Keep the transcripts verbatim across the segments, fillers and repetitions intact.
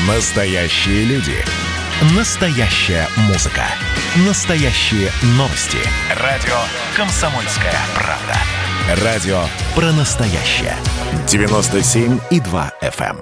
Настоящие люди. Настоящая музыка. Настоящие новости. Радио «Комсомольская правда». Радио про настоящее. девяносто семь и два эф эм.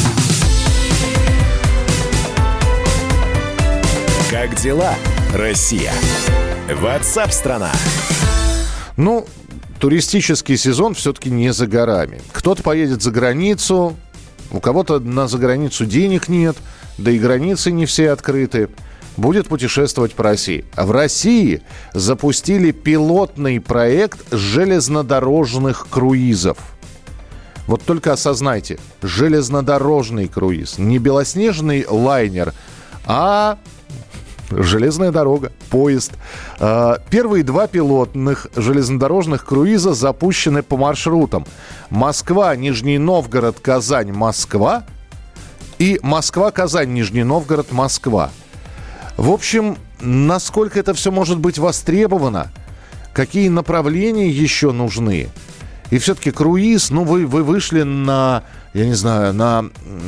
Как дела, Россия? Ватсап-страна! Ну, туристический сезон все-таки не за горами. Кто-то поедет за границу, у кого-то на заграницу денег нет, да и границы не все открыты. Будет путешествовать по России. А в России запустили пилотный проект железнодорожных круизов. Вот только осознайте, железнодорожный круиз. Не белоснежный лайнер, а железная дорога, поезд. Первые два пилотных железнодорожных круиза запущены по маршрутам Москва, Нижний Новгород, Казань, Москва и Москва, Казань, Нижний Новгород, Москва. В общем, насколько это все может быть востребовано, какие направления еще нужны. И все-таки круиз, ну вы, вы вышли на, я не знаю, на,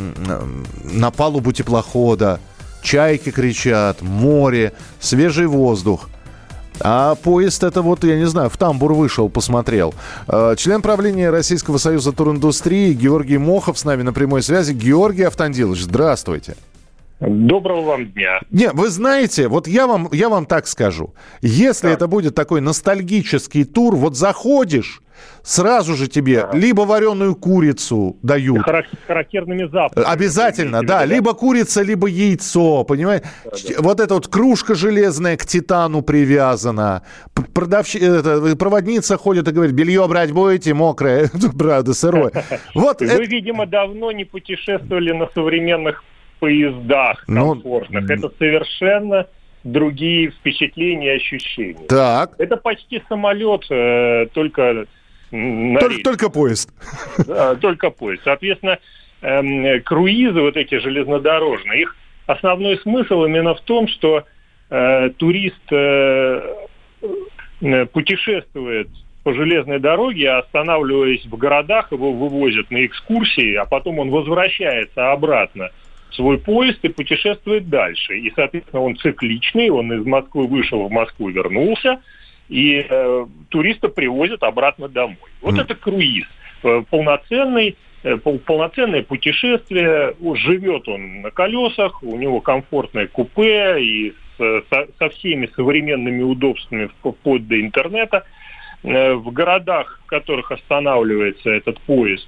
на палубу теплохода, чайки кричат, море, свежий воздух. А поезд это вот, я не знаю, в тамбур вышел, посмотрел. Член правления Российского союза туриндустрии Георгий Мохов с нами на прямой связи. Георгий Автандилович, здравствуйте. Доброго вам дня. Не, вы знаете, вот я вам, я вам так скажу. Если да. это будет такой ностальгический тур, вот заходишь, сразу же тебе да. либо вареную курицу дают. С характерными запахами. Обязательно, да. да. Либо курица, либо яйцо, понимаете? Да, да. Вот эта вот кружка железная к титану привязана. Продавщ... это, проводница ходит и говорит, белье брать будете, мокрое, правда, сырое. Вот Вы, это... видимо, давно не путешествовали на современных поездах комфортных. Ну, это совершенно другие впечатления и ощущения. Так. Это почти самолет, э, только... Только, только поезд. Да, только поезд. Соответственно, э, круизы, вот эти железнодорожные, их основной смысл именно в том, что э, турист э, путешествует по железной дороге, останавливаясь в городах, его вывозят на экскурсии, а потом он возвращается обратно в свой поезд и путешествует дальше. И, соответственно, он цикличный, он из Москвы вышел, в Москву вернулся, и э, туриста привозят обратно домой. Вот mm. это круиз. Э, полноценный, э, пол, полноценное путешествие. Живет он на колесах, у него комфортное купе и с, со, со всеми современными удобствами вплоть до интернета. Э, в городах, в которых останавливается этот поезд,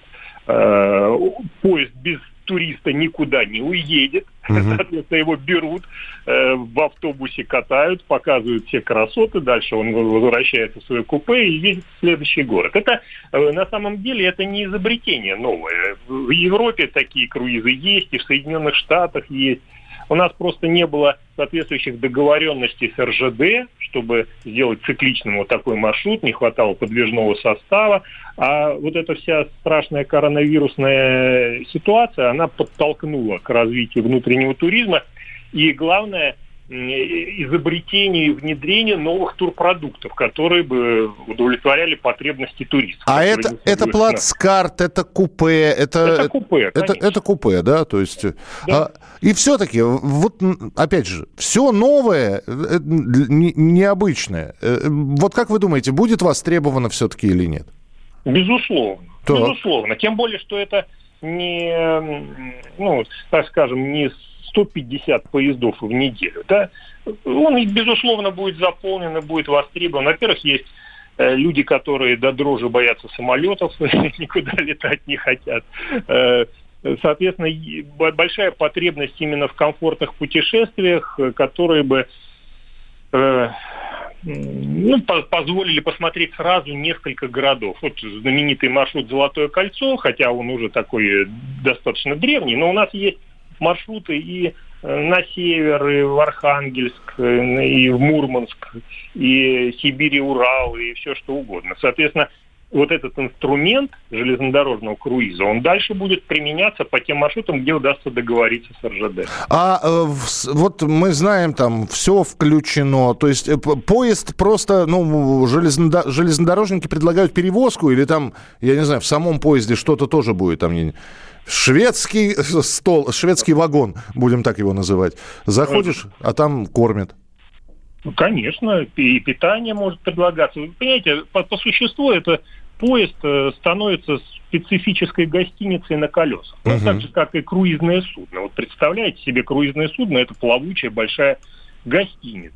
э, поезд без туриста никуда не уедет. Uh-huh. Соответственно, его берут, э, в автобусе катают, показывают все красоты, дальше он возвращается в свое купе и едет в следующий город. Это, э, на самом деле, это не изобретение новое. В Европе такие круизы есть, и в Соединенных Штатах есть. У нас просто не было соответствующих договоренностей с эр жэ дэ, чтобы сделать цикличным вот такой маршрут, не хватало подвижного состава. А вот эта вся страшная коронавирусная ситуация, она подтолкнула к развитию внутреннего туризма. И главное, изобретение и внедрение новых турпродуктов, которые бы удовлетворяли потребности туристов. А это, это плацкарт, это купе, это... Это купе, это, это купе, да? То есть, да. А, и все-таки, вот, опять же, все новое, не, необычное. Вот как вы думаете, будет востребовано все-таки или нет? Безусловно. Так. Безусловно. Тем более, что это не, ну, так скажем, не сто пятьдесят поездов в неделю, да, он, безусловно, будет заполнен и будет востребован. Во-первых, есть э, люди, которые до дрожи боятся самолетов, никуда летать не хотят. Э, соответственно, большая потребность именно в комфортных путешествиях, которые бы э, ну, по- позволили посмотреть сразу несколько городов. Вот знаменитый маршрут «Золотое кольцо», хотя он уже такой достаточно древний, но у нас есть маршруты и на север, и в Архангельск, и в Мурманск, и Сибирь, и Урал, и все что угодно. Соответственно, вот этот инструмент железнодорожного круиза, он дальше будет применяться по тем маршрутам, где удастся договориться с эр жэ дэ. А э, вот мы знаем, там все включено, то есть поезд просто, ну, железнодо- железнодорожники предлагают перевозку, или там, я не знаю, в самом поезде что-то тоже будет, там, Шведский стол, шведский вагон, будем так его называть. Заходишь, а там кормят. Конечно, и питание может предлагаться. Вы понимаете, по, по существу это поезд становится специфической гостиницей на колесах. Ну, uh-huh. так же, как и круизное судно. Вот представляете себе, круизное судно – это плавучая большая гостиница.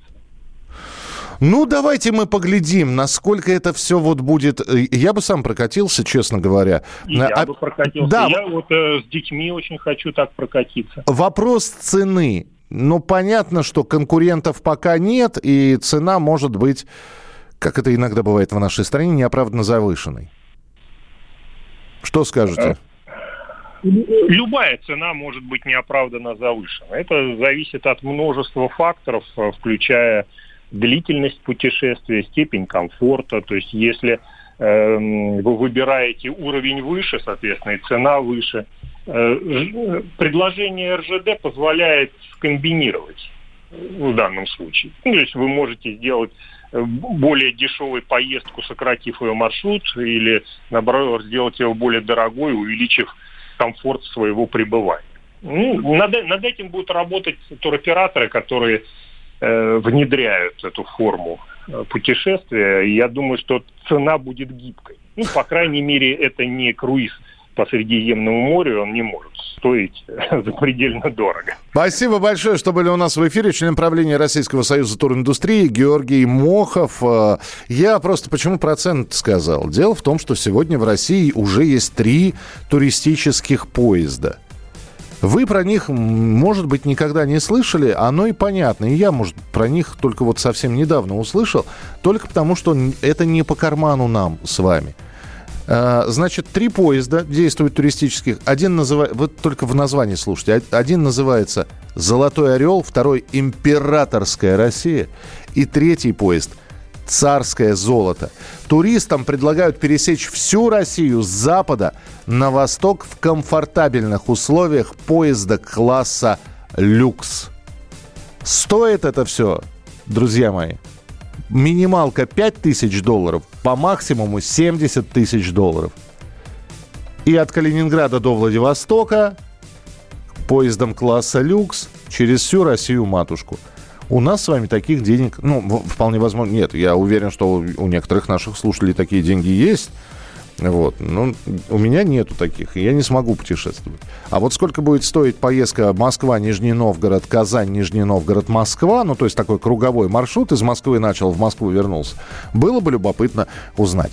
Ну, давайте мы поглядим, насколько это все вот будет... Я бы сам прокатился, честно говоря. И а... я бы прокатился. Да. Я вот э, с детьми очень хочу так прокатиться. Вопрос цены. Ну, понятно, что конкурентов пока нет, и цена может быть, как это иногда бывает в нашей стране, неоправданно завышенной. Что скажете? Любая цена может быть неоправданно завышена. Это зависит от множества факторов, включая длительность путешествия, степень комфорта. То есть если э, вы выбираете уровень выше, соответственно, и цена выше, э, предложение эр жэ дэ позволяет комбинировать в данном случае. Ну, то есть вы можете сделать более дешевую поездку, сократив ее маршрут, или, наоборот, сделать ее более дорогой, увеличив комфорт своего пребывания. Ну, над, над этим будут работать туроператоры, которые э, внедряют эту форму э, путешествия. И я думаю, что цена будет гибкой. Ну, по крайней мере, это не круиз по Средиземному морю, он не может стоить запредельно дорого. Спасибо большое, что были у нас в эфире. Член правления Российского союза туриндустрии Георгий Мохов. Я просто почему процент сказал? Дело в том, что сегодня в России уже есть три туристических поезда. Вы про них, может быть, никогда не слышали, оно и понятно. И я, может, про них только вот совсем недавно услышал, только потому, что это не по карману нам с вами. Значит, три поезда действуют туристических. Один называется, вот только в названии слушайте. Один называется «Золотой орел», второй «Императорская Россия» и третий поезд «Царское золото». Туристам предлагают пересечь всю Россию с запада на восток в комфортабельных условиях поезда класса «Люкс». Стоит это все, друзья мои, минималка пять тысяч долларов, по максимуму семьдесят тысяч долларов. И от Калининграда до Владивостока поездом класса «Люкс» через всю Россию-матушку. У нас с вами таких денег, ну, вполне возможно, нет. Я уверен, что у некоторых наших слушателей такие деньги есть. Вот. Но у меня нету таких, и я не смогу путешествовать. А вот сколько будет стоить поездка Москва-Нижний Новгород, Казань-Нижний Новгород-Москва, ну, то есть такой круговой маршрут, из Москвы начал, в Москву вернулся, было бы любопытно узнать.